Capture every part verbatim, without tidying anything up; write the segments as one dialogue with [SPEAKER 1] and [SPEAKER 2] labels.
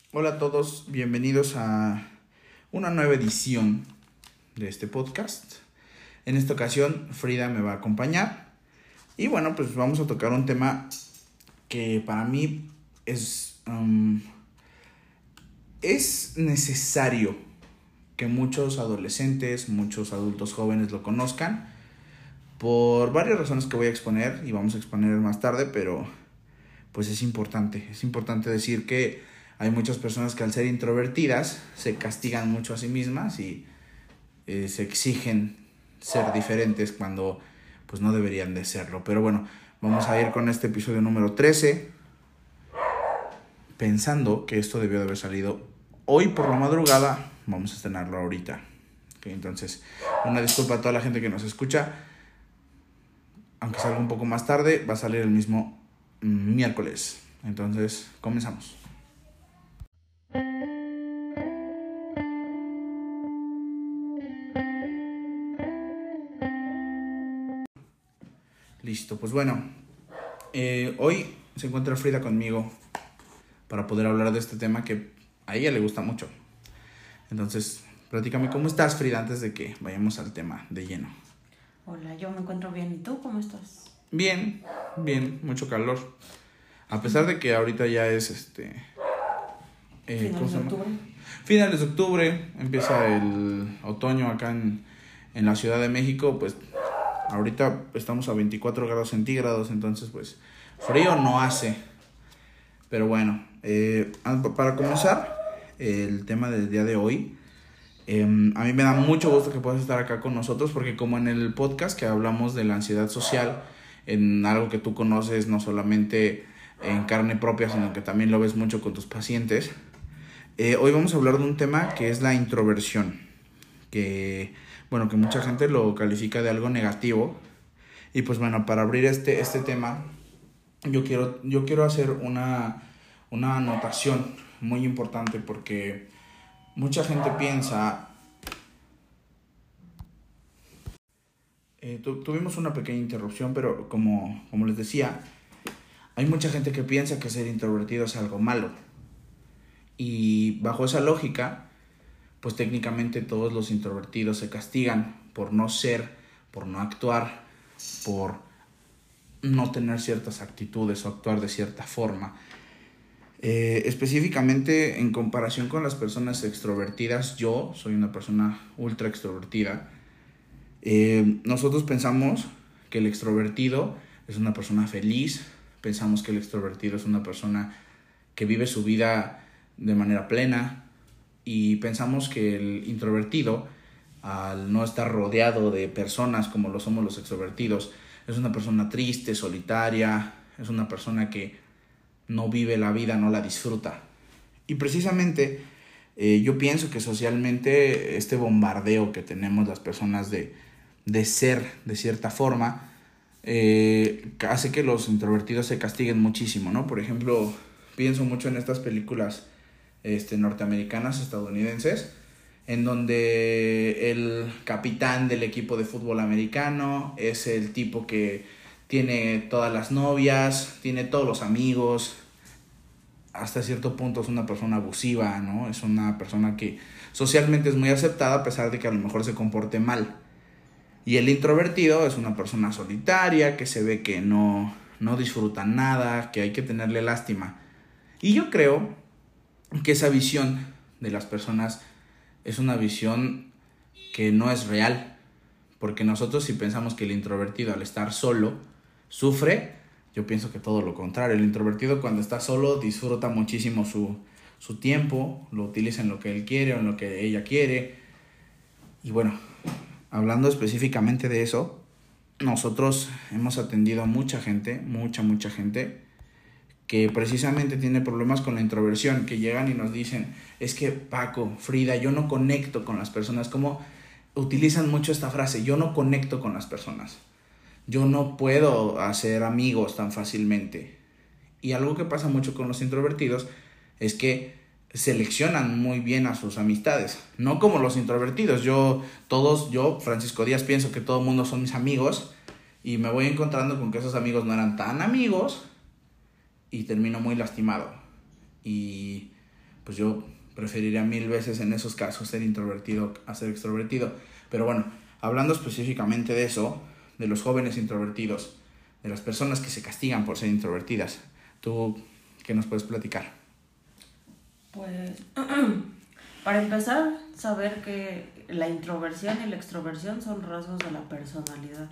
[SPEAKER 1] Hola a todos, bienvenidos a una nueva edición de este podcast. En esta ocasión Frida me va a acompañar y bueno, pues vamos a tocar un tema que para mí es, um, es necesario que muchos adolescentes, muchos adultos jóvenes lo conozcan por varias razones que voy a exponer y vamos a exponer más tarde, pero pues es importante, es importante decir que hay muchas personas que al ser introvertidas se castigan mucho a sí mismas y eh, se exigen ser diferentes cuando pues no deberían de serlo. Pero bueno, vamos a ir con este episodio número trece, pensando que esto debió de haber salido hoy por la madrugada. Vamos a estrenarlo ahorita. Okay, entonces, una disculpa a toda la gente que nos escucha. Aunque salga un poco más tarde, va a salir el mismo miércoles. Entonces, comenzamos. Listo, pues bueno, eh, hoy se encuentra Frida conmigo para poder hablar de este tema que a ella le gusta mucho. Entonces, platícame cómo estás, Frida, antes de que vayamos al tema de lleno.
[SPEAKER 2] Hola, yo me encuentro bien. ¿Y tú cómo estás?
[SPEAKER 1] Bien, bien, mucho calor. A pesar de que ahorita ya es este...
[SPEAKER 2] Eh, ¿Finales de octubre?
[SPEAKER 1] Finales de octubre, empieza el otoño acá en, en la Ciudad de México, pues ahorita estamos a veinticuatro grados centígrados, entonces pues frío no hace. Pero bueno, eh, para comenzar el tema del día de hoy, eh, a mí me da mucho gusto que puedas estar acá con nosotros, porque como en el podcast que hablamos de la ansiedad social, en algo que tú conoces no solamente en carne propia, sino que también lo ves mucho con tus pacientes, eh, hoy vamos a hablar de un tema que es la introversión, que bueno, que mucha gente lo califica de algo negativo. Y pues bueno, para abrir este, este tema, yo quiero, yo quiero hacer una, una anotación muy importante, porque mucha gente piensa... Eh, tu, tuvimos una pequeña interrupción, pero como, como les decía, hay mucha gente que piensa que ser introvertido es algo malo. Y bajo esa lógica, pues técnicamente todos los introvertidos se castigan por no ser, por no actuar, por no tener ciertas actitudes o actuar de cierta forma. Eh, específicamente en comparación con las personas extrovertidas, yo soy una persona ultra extrovertida. Eh, nosotros pensamos que el extrovertido es una persona feliz, pensamos que el extrovertido es una persona que vive su vida de manera plena, y pensamos que el introvertido, al no estar rodeado de personas como lo somos los extrovertidos, es una persona triste, solitaria, es una persona que no vive la vida, no la disfruta. Y precisamente eh, yo pienso que socialmente este bombardeo que tenemos las personas de, de ser de cierta forma eh, hace que los introvertidos se castiguen muchísimo, ¿no? Por ejemplo, pienso mucho en estas películas Este, norteamericanas, estadounidenses, en donde el capitán del equipo de fútbol americano es el tipo que tiene todas las novias, tiene todos los amigos, hasta cierto punto es una persona abusiva, ¿no? Es una persona que socialmente es muy aceptada a pesar de que a lo mejor se comporte mal. Y el introvertido es una persona solitaria, que se ve que no, no disfruta nada, que hay que tenerle lástima. Y yo creo que esa visión de las personas es una visión que no es real, porque nosotros, si pensamos que el introvertido al estar solo sufre, yo pienso que todo lo contrario. El introvertido, cuando está solo, disfruta muchísimo su, su tiempo, lo utiliza en lo que él quiere o en lo que ella quiere. Y bueno, hablando específicamente de eso, nosotros hemos atendido a mucha gente, mucha, mucha gente que precisamente tiene problemas con la introversión, que llegan y nos dicen, es que Paco, Frida, yo no conecto con las personas. Como utilizan mucho esta frase, yo no conecto con las personas, yo no puedo hacer amigos tan fácilmente. Y algo que pasa mucho con los introvertidos es que seleccionan muy bien a sus amistades, no como los introvertidos. Yo, todos, yo, Francisco Díaz, pienso que todo el mundo son mis amigos, y me voy encontrando con que esos amigos no eran tan amigos, y termino muy lastimado. Y pues yo preferiría mil veces en esos casos ser introvertido a ser extrovertido. Pero bueno, hablando específicamente de eso, de los jóvenes introvertidos, de las personas que se castigan por ser introvertidas, ¿tú qué nos puedes platicar?
[SPEAKER 2] Pues, para empezar, saber que la introversión y la extroversión son rasgos de la personalidad.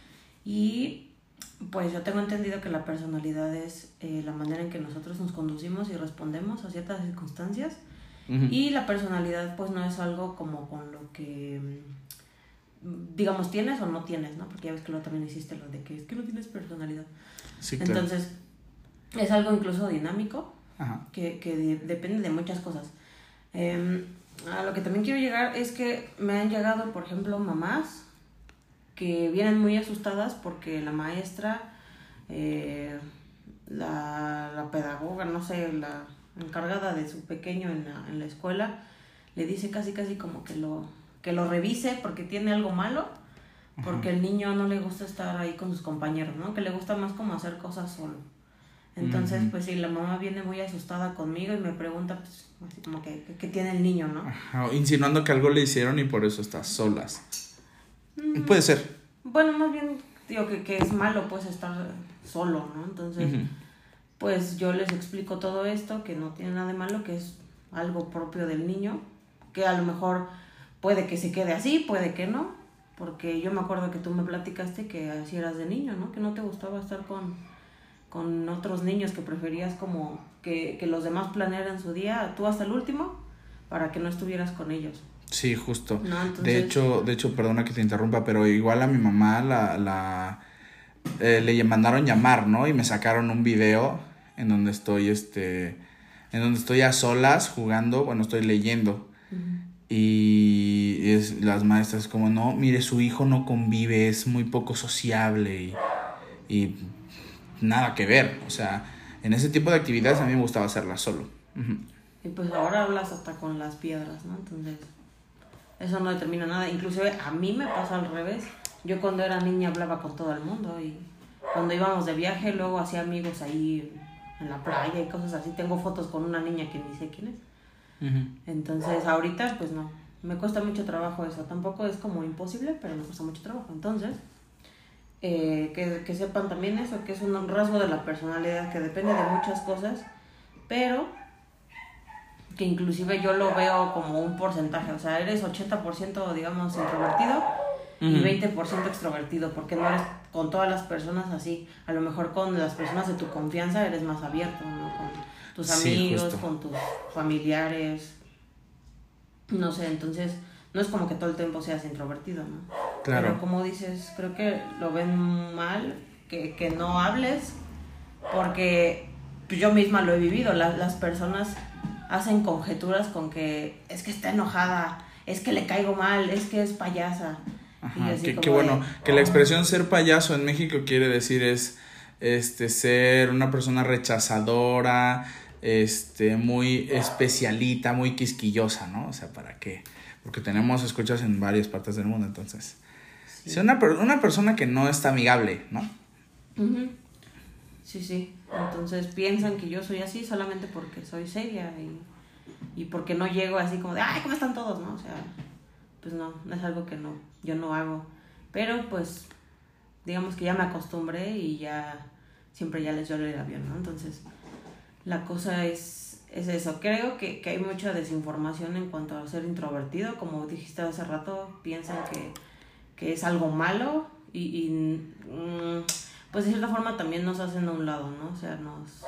[SPEAKER 2] Y pues yo tengo entendido que la personalidad es eh, la manera en que nosotros nos conducimos y respondemos a ciertas circunstancias. Uh-huh. Y la personalidad pues no es algo como con lo que, digamos, tienes o no tienes, ¿no? Porque ya ves que luego también hiciste lo de que es que no tienes personalidad.
[SPEAKER 1] Sí, claro.
[SPEAKER 2] Entonces, es algo incluso dinámico.
[SPEAKER 1] Ajá.
[SPEAKER 2] que, que de, depende de muchas cosas. Eh, a lo que también quiero llegar es que me han llegado, por ejemplo, mamás que vienen muy asustadas porque la maestra, eh, la, la pedagoga, no sé, la encargada de su pequeño en la, en la escuela, le dice casi casi como que lo, que lo revise porque tiene algo malo, porque uh-huh. el niño no le gusta estar ahí con sus compañeros, ¿no? Que le gusta más como hacer cosas solo. Entonces, uh-huh. pues sí, la mamá viene muy asustada conmigo y me pregunta, pues, así como que, ¿qué tiene el niño, no?
[SPEAKER 1] Ajá, insinuando que algo le hicieron y por eso estás solas. Mm, Puede ser.
[SPEAKER 2] Bueno, más bien, digo, que, que es malo, pues, estar solo, ¿no? Entonces, uh-huh. pues, yo les explico todo esto, que no tiene nada de malo, que es algo propio del niño, que a lo mejor puede que se quede así, puede que no, porque yo me acuerdo que tú me platicaste que así eras de niño, ¿no? Que no te gustaba estar con... con otros niños, que preferías como que, que los demás planearan su día, tú hasta el último, para que no estuvieras con ellos.
[SPEAKER 1] Sí, justo.
[SPEAKER 2] ¿No? Entonces...
[SPEAKER 1] De hecho, de hecho, perdona que te interrumpa, pero igual a mi mamá la, la eh, le mandaron llamar, ¿no? Y me sacaron un video en donde estoy, este, en donde estoy a solas jugando, bueno, estoy leyendo. Uh-huh. Y es, las maestras como, no, mire, su hijo no convive, es muy poco sociable y... y nada que ver, o sea, en ese tipo de actividades a mí me gustaba hacerlas solo. Uh-huh.
[SPEAKER 2] Y pues ahora hablas hasta con las piedras, ¿no? Entonces, eso no determina nada. Inclusive a mí me pasa al revés. Yo cuando era niña hablaba con todo el mundo y cuando íbamos de viaje luego hacía amigos ahí en la playa y cosas así. Tengo fotos con una niña que ni sé quién es. Uh-huh. Entonces, ahorita pues no, me cuesta mucho trabajo eso. Tampoco es como imposible, pero me cuesta mucho trabajo. Entonces... Eh, que, que sepan también eso, que es un rasgo de la personalidad que depende de muchas cosas, pero que inclusive yo lo veo como un porcentaje, o sea, eres ochenta por ciento, digamos, introvertido uh-huh. y veinte por ciento extrovertido, porque no eres con todas las personas así. A lo mejor con las personas de tu confianza eres más abierto, ¿no? Con tus amigos, sí, con tus familiares, no sé, entonces... no es como que todo el tiempo seas introvertido, ¿no?
[SPEAKER 1] Claro.
[SPEAKER 2] Pero como dices, creo que lo ven mal, que, que no hables, porque yo misma lo he vivido. La, las personas hacen conjeturas con que es que está enojada, es que le caigo mal, es que es payasa.
[SPEAKER 1] Ajá, que, que bueno, de, que oh. la expresión ser payaso en México quiere decir es este ser una persona rechazadora, este muy especialita, muy quisquillosa, ¿no? O sea, ¿para qué? Porque tenemos escuchas en varias partes del mundo, entonces. Sí. Si una, una persona que no está amigable, ¿no?
[SPEAKER 2] Uh-huh. Sí, sí. Entonces piensan que yo soy así solamente porque soy seria y, y porque no llego así como de, ay, ¿cómo están todos? ¿No? O sea, pues no, no es algo que no, yo no hago. Pero pues, digamos que ya me acostumbré y ya, siempre ya les lloro el avión, ¿no? Entonces, la cosa es... es eso, creo que, que hay mucha desinformación en cuanto a ser introvertido, como dijiste hace rato, piensan que, que es algo malo y, y mm, pues de cierta forma también nos hacen a un lado, ¿no? O sea, nos...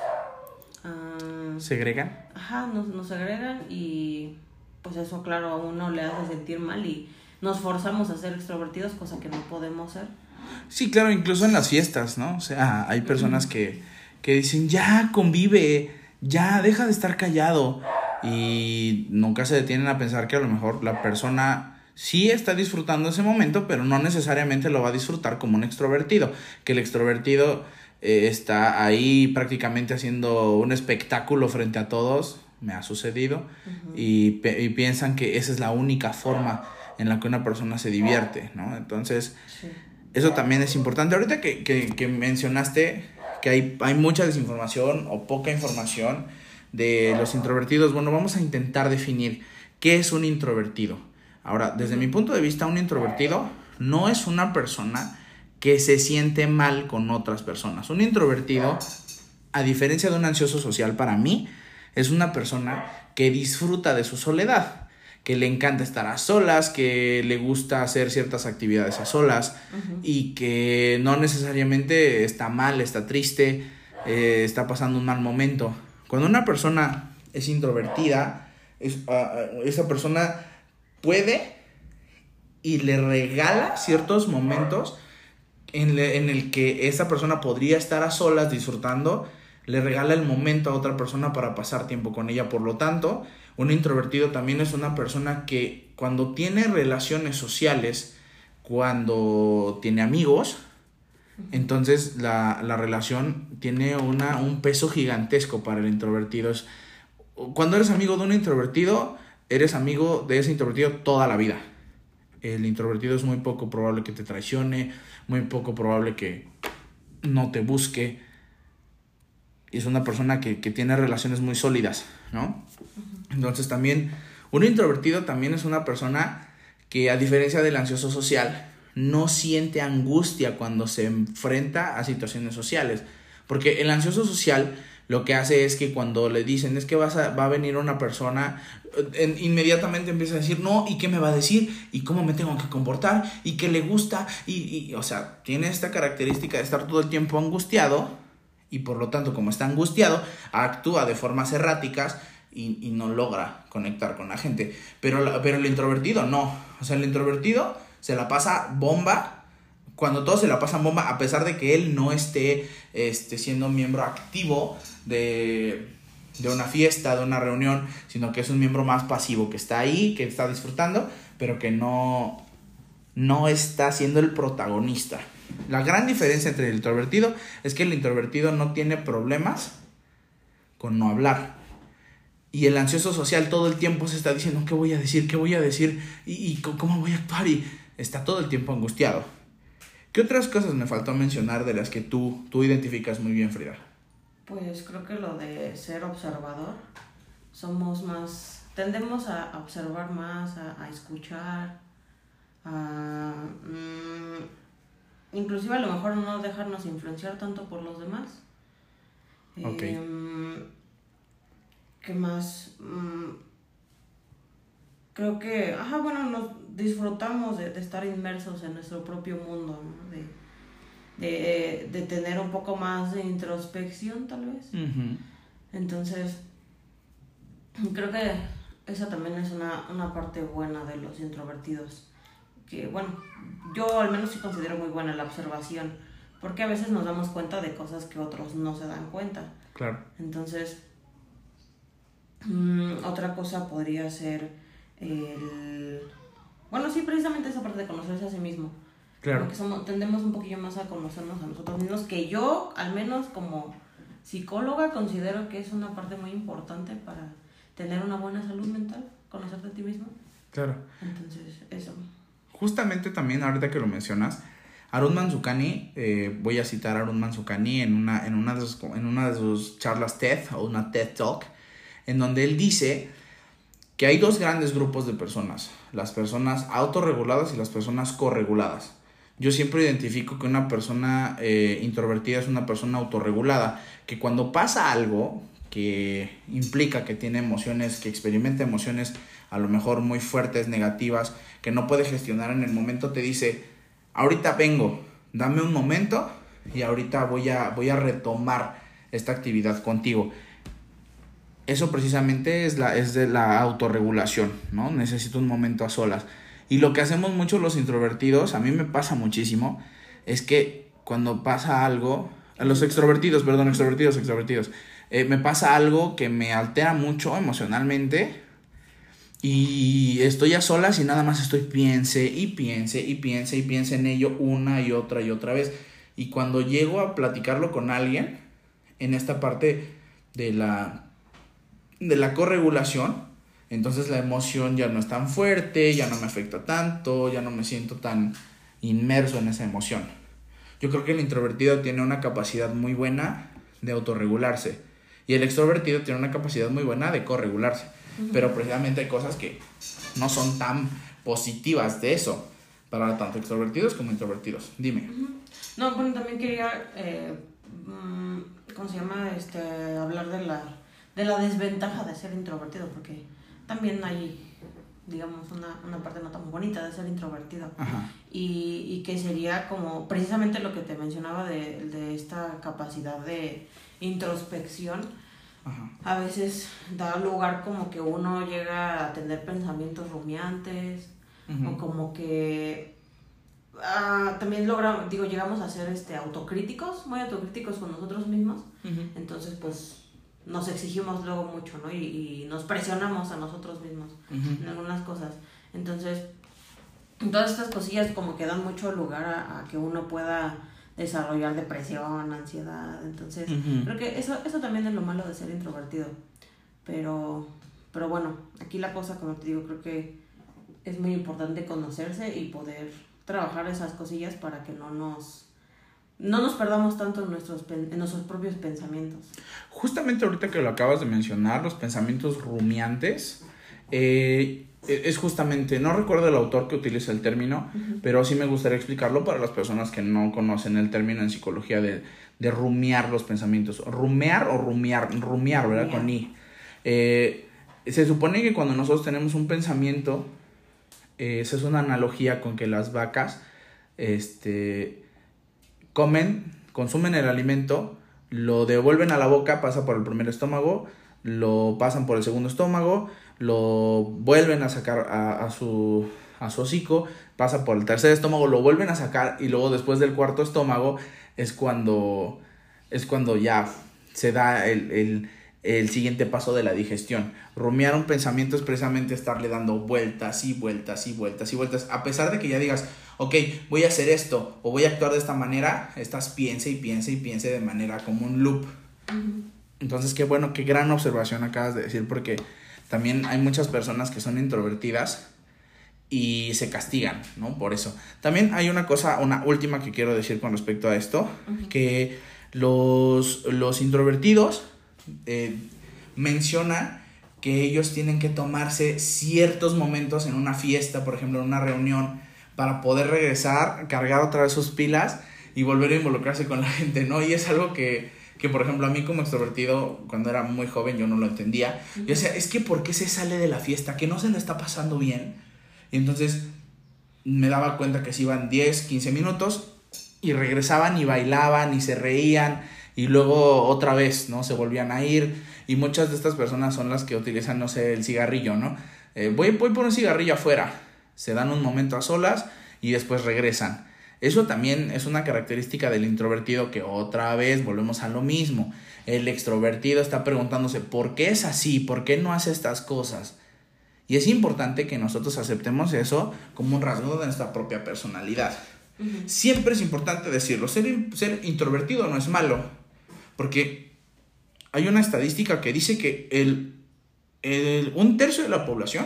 [SPEAKER 2] Uh,
[SPEAKER 1] ¿segregan?
[SPEAKER 2] Ajá, nos, nos segregan y pues eso, claro, a uno le hace sentir mal y nos forzamos a ser extrovertidos, cosa que no podemos ser.
[SPEAKER 1] Sí, claro, incluso en las fiestas, ¿no? O sea, hay personas que, que dicen, ya, convive, ya, deja de estar callado. Y nunca se detienen a pensar que a lo mejor la persona sí está disfrutando ese momento, pero no necesariamente lo va a disfrutar como un extrovertido. Que el extrovertido eh, está ahí prácticamente haciendo un espectáculo frente a todos, me ha sucedido, uh-huh. y, y piensan que esa es la única forma en la que una persona se divierte, ¿no? Entonces, sí. Eso también es importante. Ahorita que, que, que mencionaste que hay, hay mucha desinformación o poca información de los introvertidos, bueno, vamos a intentar definir qué es un introvertido. Ahora, desde mi punto de vista, un introvertido no es una persona que se siente mal con otras personas. Un introvertido, a diferencia de un ansioso social, para mí, es una persona que disfruta de su soledad, que le encanta estar a solas, que le gusta hacer ciertas actividades a solas, uh-huh. y que no necesariamente está mal, está triste, eh, está pasando un mal momento. Cuando una persona es introvertida, es, uh, esa persona puede y le regala ciertos momentos en, le, en el que esa persona podría estar a solas disfrutando, le regala el momento a otra persona para pasar tiempo con ella. Por lo tanto, un introvertido también es una persona que cuando tiene relaciones sociales, cuando tiene amigos, entonces la, la relación tiene una, un peso gigantesco para el introvertido. Es, cuando eres amigo de un introvertido, eres amigo de ese introvertido toda la vida. El introvertido es muy poco probable que te traicione, muy poco probable que no te busque. Y es una persona que, que tiene relaciones muy sólidas, ¿no? Uh-huh. Entonces también, un introvertido también es una persona que, a diferencia del ansioso social, no siente angustia cuando se enfrenta a situaciones sociales. Porque el ansioso social lo que hace es que cuando le dicen es que vas a, va a venir una persona, en, inmediatamente empieza a decir, no, ¿y qué me va a decir? ¿Y cómo me tengo que comportar? ¿Y qué le gusta? Y, y o sea, tiene esta característica de estar todo el tiempo angustiado. Y por lo tanto, como está angustiado, actúa de formas erráticas y, y no logra conectar con la gente. Pero, pero el introvertido no. O sea, el introvertido se la pasa bomba. Cuando todos se la pasan bomba, a pesar de que él no esté este, siendo miembro activo de, de una fiesta, de una reunión, sino que es un miembro más pasivo, que está ahí, que está disfrutando, pero que no, no está siendo el protagonista. La gran diferencia entre el introvertido es que el introvertido no tiene problemas con no hablar. Y el ansioso social todo el tiempo se está diciendo, ¿qué voy a decir? ¿Qué voy a decir? ¿Y, y cómo voy a actuar? Y está todo el tiempo angustiado. ¿Qué otras cosas me faltó mencionar de las que tú, tú identificas muy bien, Frida?
[SPEAKER 2] Pues creo que lo de ser observador. Somos más, tendemos a observar más, a, a escuchar, a... Mmm, inclusive a lo mejor no dejarnos influenciar tanto por los demás.
[SPEAKER 1] Okay.
[SPEAKER 2] Eh, ¿Qué más? Mm, creo que, ajá, bueno, nos disfrutamos de, de estar inmersos en nuestro propio mundo, ¿no? De, de, de tener un poco más de introspección, tal vez.
[SPEAKER 1] Uh-huh.
[SPEAKER 2] Entonces, creo que esa también es una, una parte buena de los introvertidos. Que bueno, yo al menos sí considero muy buena la observación, porque a veces nos damos cuenta de cosas que otros no se dan cuenta.
[SPEAKER 1] Claro.
[SPEAKER 2] Entonces, mmm, otra cosa podría ser el... Bueno, sí, precisamente esa parte de conocerse a sí mismo.
[SPEAKER 1] Claro.
[SPEAKER 2] Porque somos, tendemos un poquillo más a conocernos a nosotros mismos, que yo, al menos como psicóloga, considero que es una parte muy importante para tener una buena salud mental, conocerte a ti mismo.
[SPEAKER 1] Claro.
[SPEAKER 2] Entonces, eso.
[SPEAKER 1] Justamente también, ahorita que lo mencionas, Arun Manzukani, eh, voy a citar a Arun Manzukani en una, en, una de sus, en una de sus charlas TED, o una TED Talk, en donde él dice que hay dos grandes grupos de personas, las personas autorreguladas y las personas correguladas. Yo siempre identifico que una persona eh, introvertida es una persona autorregulada, que cuando pasa algo que implica que tiene emociones, que experimenta emociones a lo mejor muy fuertes, negativas, que no puede gestionar en el momento, te dice, ahorita vengo, dame un momento y ahorita voy a, voy a retomar esta actividad contigo. Eso precisamente es, la, es de la autorregulación, ¿no? Necesito un momento a solas. Y lo que hacemos mucho los introvertidos, a mí me pasa muchísimo, es que cuando pasa algo, a los extrovertidos, perdón, extrovertidos, extrovertidos, eh, me pasa algo que me altera mucho emocionalmente y estoy a solas y nada más estoy piense y piense y piense y piense en ello una y otra y otra vez. Y cuando llego a platicarlo con alguien, en esta parte de la, de la corregulación, entonces la emoción ya no es tan fuerte, ya no me afecta tanto, ya no me siento tan inmerso en esa emoción. Yo creo que el introvertido tiene una capacidad muy buena de autorregularse. Y el extrovertido tiene una capacidad muy buena de corregularse. Uh-huh. Pero precisamente hay cosas que no son tan positivas de eso, para tanto extrovertidos como introvertidos. Dime.
[SPEAKER 2] Uh-huh. No, bueno, también quería, eh, ¿cómo se llama? Este, hablar de la, de la desventaja de ser introvertido, porque también hay, digamos, una, una parte no tan bonita de ser introvertido.
[SPEAKER 1] Ajá.
[SPEAKER 2] Y, y que sería como precisamente lo que te mencionaba de, de esta capacidad de introspección.
[SPEAKER 1] Ajá.
[SPEAKER 2] A veces da lugar como que uno llega a tener pensamientos rumiantes, uh-huh. o como que uh, también logramos, digo, llegamos a ser este, autocríticos, muy autocríticos con nosotros mismos. Uh-huh. Entonces pues nos exigimos luego mucho, ¿no? Y, y nos presionamos a nosotros mismos, uh-huh. en algunas cosas. Entonces todas estas cosillas como que dan mucho lugar a, a que uno pueda desarrollar depresión, ansiedad. Entonces uh-huh. creo que eso, eso también es lo malo de ser introvertido. Pero, pero bueno, aquí la cosa, como te digo, creo que es muy importante conocerse y poder trabajar esas cosillas para que no nos, no nos perdamos tanto en nuestros, en nuestros propios pensamientos.
[SPEAKER 1] Justamente ahorita que lo acabas de mencionar, los pensamientos rumiantes, eh, es justamente, no recuerdo el autor que utiliza el término, uh-huh. pero sí me gustaría explicarlo para las personas que no conocen el término en psicología de, de rumiar los pensamientos. Rumear o rumiar, rumiar, ¿verdad? Rumiar. Con I. Eh, se supone que cuando nosotros tenemos un pensamiento, eh, esa es una analogía con que las vacas este, comen, consumen el alimento, lo devuelven a la boca, pasa por el primer estómago, lo pasan por el segundo estómago, lo vuelven a sacar a, a, su, a su hocico, pasa por el tercer estómago, lo vuelven a sacar y luego después del cuarto estómago es cuando, es cuando ya se da el, el, el siguiente paso de la digestión. Rumiar un pensamiento es precisamente estarle dando vueltas y vueltas y vueltas y vueltas, a pesar de que ya digas, ok, voy a hacer esto o voy a actuar de esta manera, estás piense y piense y piense de manera como un loop. Uh-huh. Entonces, qué bueno, qué gran observación acabas de decir, porque también hay muchas personas que son introvertidas y se castigan, ¿no? Por eso. También hay una cosa, una última que quiero decir con respecto a esto, uh-huh. que los, los introvertidos eh, mencionan que ellos tienen que tomarse ciertos momentos en una fiesta, por ejemplo, en una reunión, para poder regresar, cargar otra vez sus pilas y volver a involucrarse con la gente, ¿no? Y es algo que... que por ejemplo a mí como extrovertido cuando era muy joven yo no lo entendía. Uh-huh. Yo decía, es que ¿por qué se sale de la fiesta? ¿Que no se le está pasando bien? Y entonces me daba cuenta que se iban diez, quince minutos y regresaban y bailaban y se reían y luego otra vez, ¿no? Se volvían a ir y muchas de estas personas son las que utilizan, no sé, el cigarrillo, ¿no? Eh, voy, voy por un cigarrillo afuera, se dan un momento a solas y después regresan. Eso también es una característica del introvertido, que otra vez volvemos a lo mismo. El extrovertido está preguntándose ¿por qué es así? ¿Por qué no hace estas cosas? Y es importante que nosotros aceptemos eso como un rasgo de nuestra propia personalidad. Uh-huh. Siempre es importante decirlo, ser, ser introvertido no es malo, porque hay una estadística que dice que el, el, un tercio de la población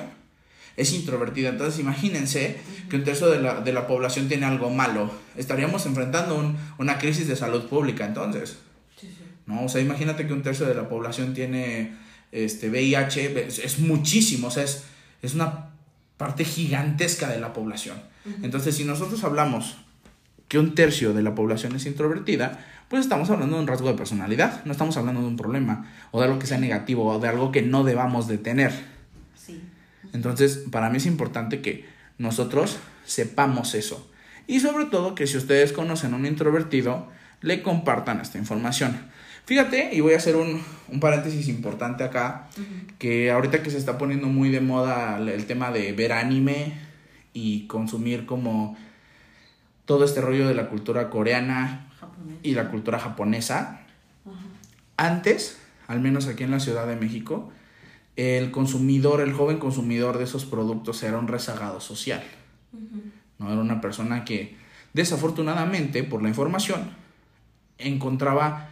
[SPEAKER 1] es introvertida. Entonces imagínense uh-huh. que un tercio de la, de la población tiene algo malo. Estaríamos enfrentando un, una crisis de salud pública entonces. Sí, sí. ¿No? O sea, imagínate que un tercio de la población tiene este, V I H, es, es muchísimo, o sea, es, es una parte gigantesca de la población. Uh-huh. Entonces, si nosotros hablamos que un tercio de la población es introvertida, pues estamos hablando de un rasgo de personalidad, no estamos hablando de un problema, o de algo que sea negativo, o de algo que no debamos de tener.
[SPEAKER 2] Sí.
[SPEAKER 1] Entonces, para mí es importante que nosotros sepamos eso. Y sobre todo que si ustedes conocen a un introvertido, le compartan esta información. Fíjate, y voy a hacer un, un paréntesis importante acá, uh-huh. que ahorita que se está poniendo muy de moda el tema de ver anime y consumir como todo este rollo de la cultura coreana Japonés. Y la cultura japonesa. Uh-huh. Antes, al menos aquí en la Ciudad de México, el consumidor, el joven consumidor de esos productos era un rezagado social. Uh-huh. No era una persona que, desafortunadamente, por la información, encontraba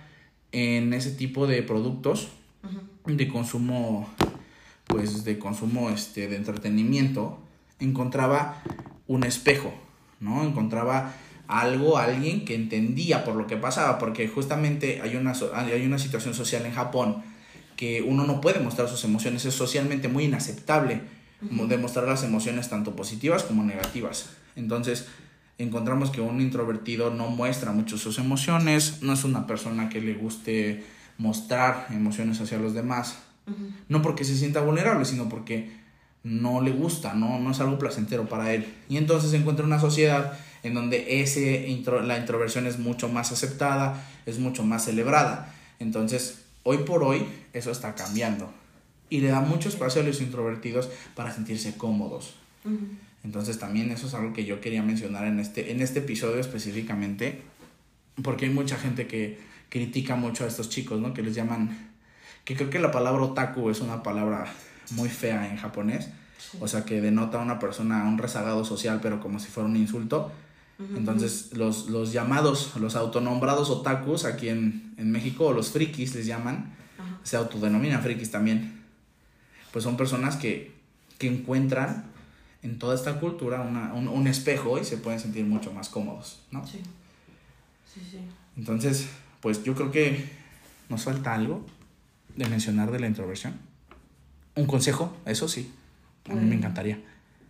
[SPEAKER 1] en ese tipo de productos uh-huh. de consumo, pues de consumo este, de entretenimiento, encontraba un espejo, ¿no? Encontraba algo, alguien que entendía por lo que pasaba, porque justamente hay una, hay una situación social en Japón que uno no puede mostrar sus emociones, es socialmente muy inaceptable
[SPEAKER 2] Uh-huh.
[SPEAKER 1] demostrar las emociones tanto positivas como negativas. Entonces encontramos que un introvertido no muestra mucho sus emociones, no es una persona que le guste mostrar emociones hacia los demás, uh-huh. no porque se sienta vulnerable, sino porque no le gusta, no, no es algo placentero para él. Y entonces se encuentra una sociedad en donde ese intro, la introversión es mucho más aceptada, es mucho más celebrada. Entonces, hoy por hoy, eso está cambiando. Y le da mucho espacio a los introvertidos para sentirse cómodos. Uh-huh. Entonces, también eso es algo que yo quería mencionar en este, en este episodio específicamente, porque hay mucha gente que critica mucho a estos chicos, ¿no? Que les llaman, que creo que la palabra otaku es una palabra muy fea en japonés, sí. O sea, que denota a una persona, a un rezagado social, pero como si fuera un insulto. Uh-huh. Entonces, los, los llamados, los autonombrados otakus aquí en, en México, o los frikis les llaman, uh-huh. se autodenominan frikis también, pues son personas que, que encuentran en toda esta cultura una, un, un espejo y se pueden sentir mucho más cómodos, ¿no?
[SPEAKER 2] Sí, sí, sí.
[SPEAKER 1] Entonces, pues yo creo que nos falta algo de mencionar de la introversión. Un consejo, eso sí, a mí me encantaría.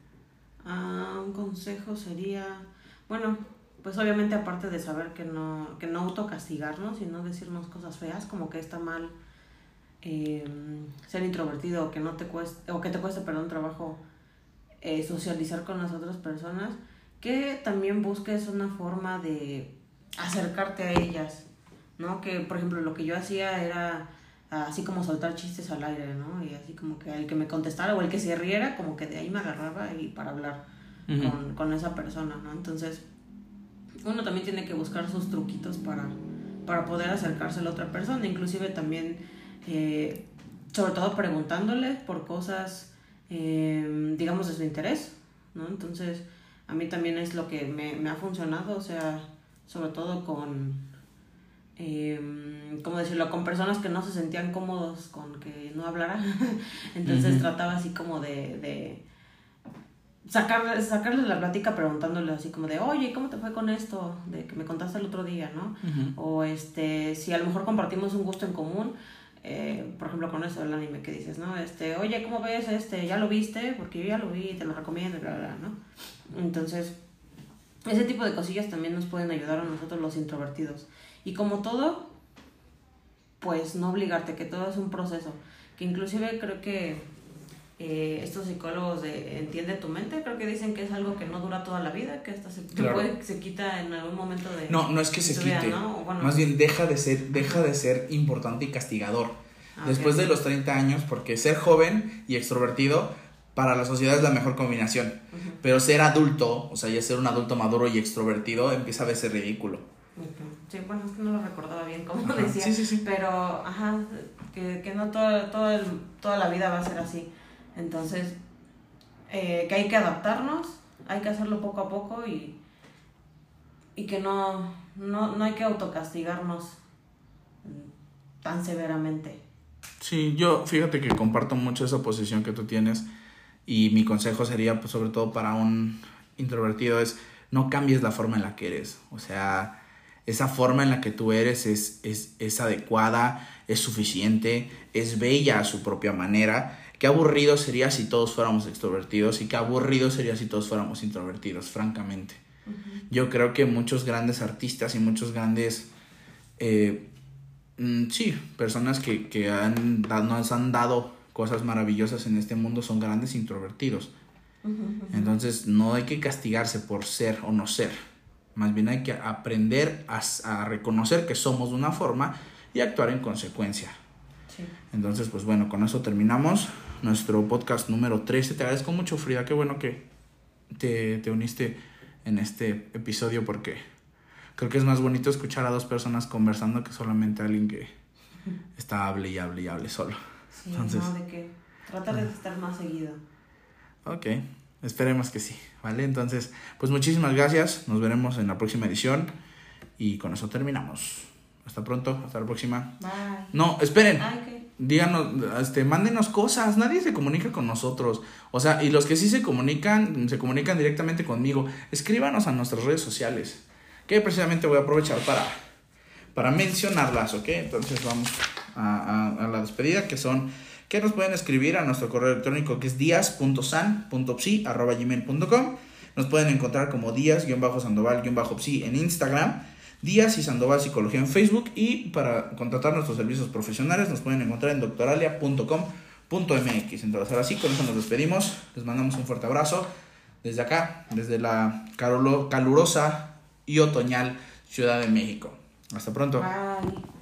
[SPEAKER 2] Ah, un consejo sería, bueno, pues obviamente aparte de saber que no, que no autocastigarnos y no decirnos cosas feas, como que está mal eh, ser introvertido o que no te cueste, o que te cueste, perdón, trabajo eh, socializar con las otras personas, que también busques una forma de acercarte a ellas, ¿no? Que por ejemplo lo que yo hacía era así como soltar chistes al aire, ¿no? Y así como que el que me contestara o el que se riera, como que de ahí me agarraba y para hablar uh-huh. con, con esa persona, ¿no? Entonces uno también tiene que buscar sus truquitos para, para poder acercarse a la otra persona, inclusive también eh, sobre todo preguntándoles por cosas eh, digamos de su interés, ¿no? Entonces a mí también es lo que me, me ha funcionado, o sea, sobre todo con eh, ¿cómo decirlo? Con personas que no se sentían cómodos con que no hablara. Entonces uh-huh. trataba así como de, de sacarles, sacarles la plática preguntándoles así como de, oye, ¿cómo te fue con esto? De que me contaste el otro día, ¿no? Uh-huh. O este, si a lo mejor compartimos un gusto en común, eh, por ejemplo con eso del anime que dices, ¿no? Este, oye, ¿cómo ves este? ¿Ya lo viste? Porque yo ya lo vi, te lo recomiendo, bla, bla, bla, ¿no? Entonces, ese tipo de cosillas también nos pueden ayudar a nosotros los introvertidos. Y como todo, pues no obligarte, que todo es un proceso. Que inclusive creo que eh, estos psicólogos de Entiende tu mente, creo que dicen que es algo que no dura toda la vida, que hasta se, claro. puede, se quita en algún momento de...
[SPEAKER 1] No, no es que se quite, vida, ¿no? Bueno, más bien deja de ser, deja de ser importante y castigador. Okay. Después de los treinta años, porque ser joven y extrovertido para la sociedad es la mejor combinación. Uh-huh. Pero ser adulto, o sea, ya ser un adulto maduro y extrovertido, empieza a verse ridículo.
[SPEAKER 2] Sí, bueno, es que no lo recordaba bien como
[SPEAKER 1] ajá,
[SPEAKER 2] decía,
[SPEAKER 1] sí, sí, sí.
[SPEAKER 2] Pero, ajá, que, que no todo, todo el, toda la vida va a ser así. Entonces, eh, que hay que adaptarnos, hay que hacerlo poco a poco y, y que no, no, no hay que autocastigarnos tan severamente.
[SPEAKER 1] Sí, yo fíjate que comparto mucho esa posición que tú tienes y mi consejo sería, pues, sobre todo para un introvertido, es no cambies la forma en la que eres, o sea... Esa forma en la que tú eres es, es, es adecuada, es suficiente, es bella a su propia manera. Qué aburrido sería si todos fuéramos extrovertidos y qué aburrido sería si todos fuéramos introvertidos, francamente. Uh-huh. Yo creo que muchos grandes artistas y muchos grandes, eh, mm, sí, personas que, que han, nos han dado cosas maravillosas en este mundo son grandes introvertidos. Uh-huh, uh-huh. Entonces no hay que castigarse por ser o no ser. Más bien hay que aprender a, a reconocer que somos de una forma y actuar en consecuencia. Sí. Entonces, pues bueno, con eso terminamos nuestro podcast número trece. Te agradezco mucho, Frida. Qué bueno que te, te uniste en este episodio porque creo que es más bonito escuchar a dos personas conversando que solamente a alguien que está hable y hable y hable solo.
[SPEAKER 2] Sí, entonces, no, de que tratar de estar más seguido.
[SPEAKER 1] Ok. Esperemos que sí, ¿vale? Entonces, pues muchísimas gracias. Nos veremos en la próxima edición. Y con eso terminamos. Hasta pronto, hasta la próxima.
[SPEAKER 2] Bye.
[SPEAKER 1] No, esperen.
[SPEAKER 2] Ay, ¿qué?
[SPEAKER 1] Díganos, este, mándenos cosas. Nadie se comunica con nosotros. O sea, y los que sí se comunican, se comunican directamente conmigo. Escríbanos a nuestras redes sociales, que precisamente voy a aprovechar para, para mencionarlas, ¿ok? Entonces vamos a, a, a la despedida, que son que nos pueden escribir a nuestro correo electrónico, que es dias punto san punto psi arroba gmail punto com. Nos pueden encontrar como Díaz-Sandoval-Psi en Instagram, Díaz y Sandoval Psicología en Facebook, y para contratar nuestros servicios profesionales nos pueden encontrar en doctoralia punto com punto m x. Entonces ahora sí, con eso nos despedimos, les mandamos un fuerte abrazo desde acá, desde la calurosa y otoñal Ciudad de México. Hasta pronto.
[SPEAKER 2] Bye.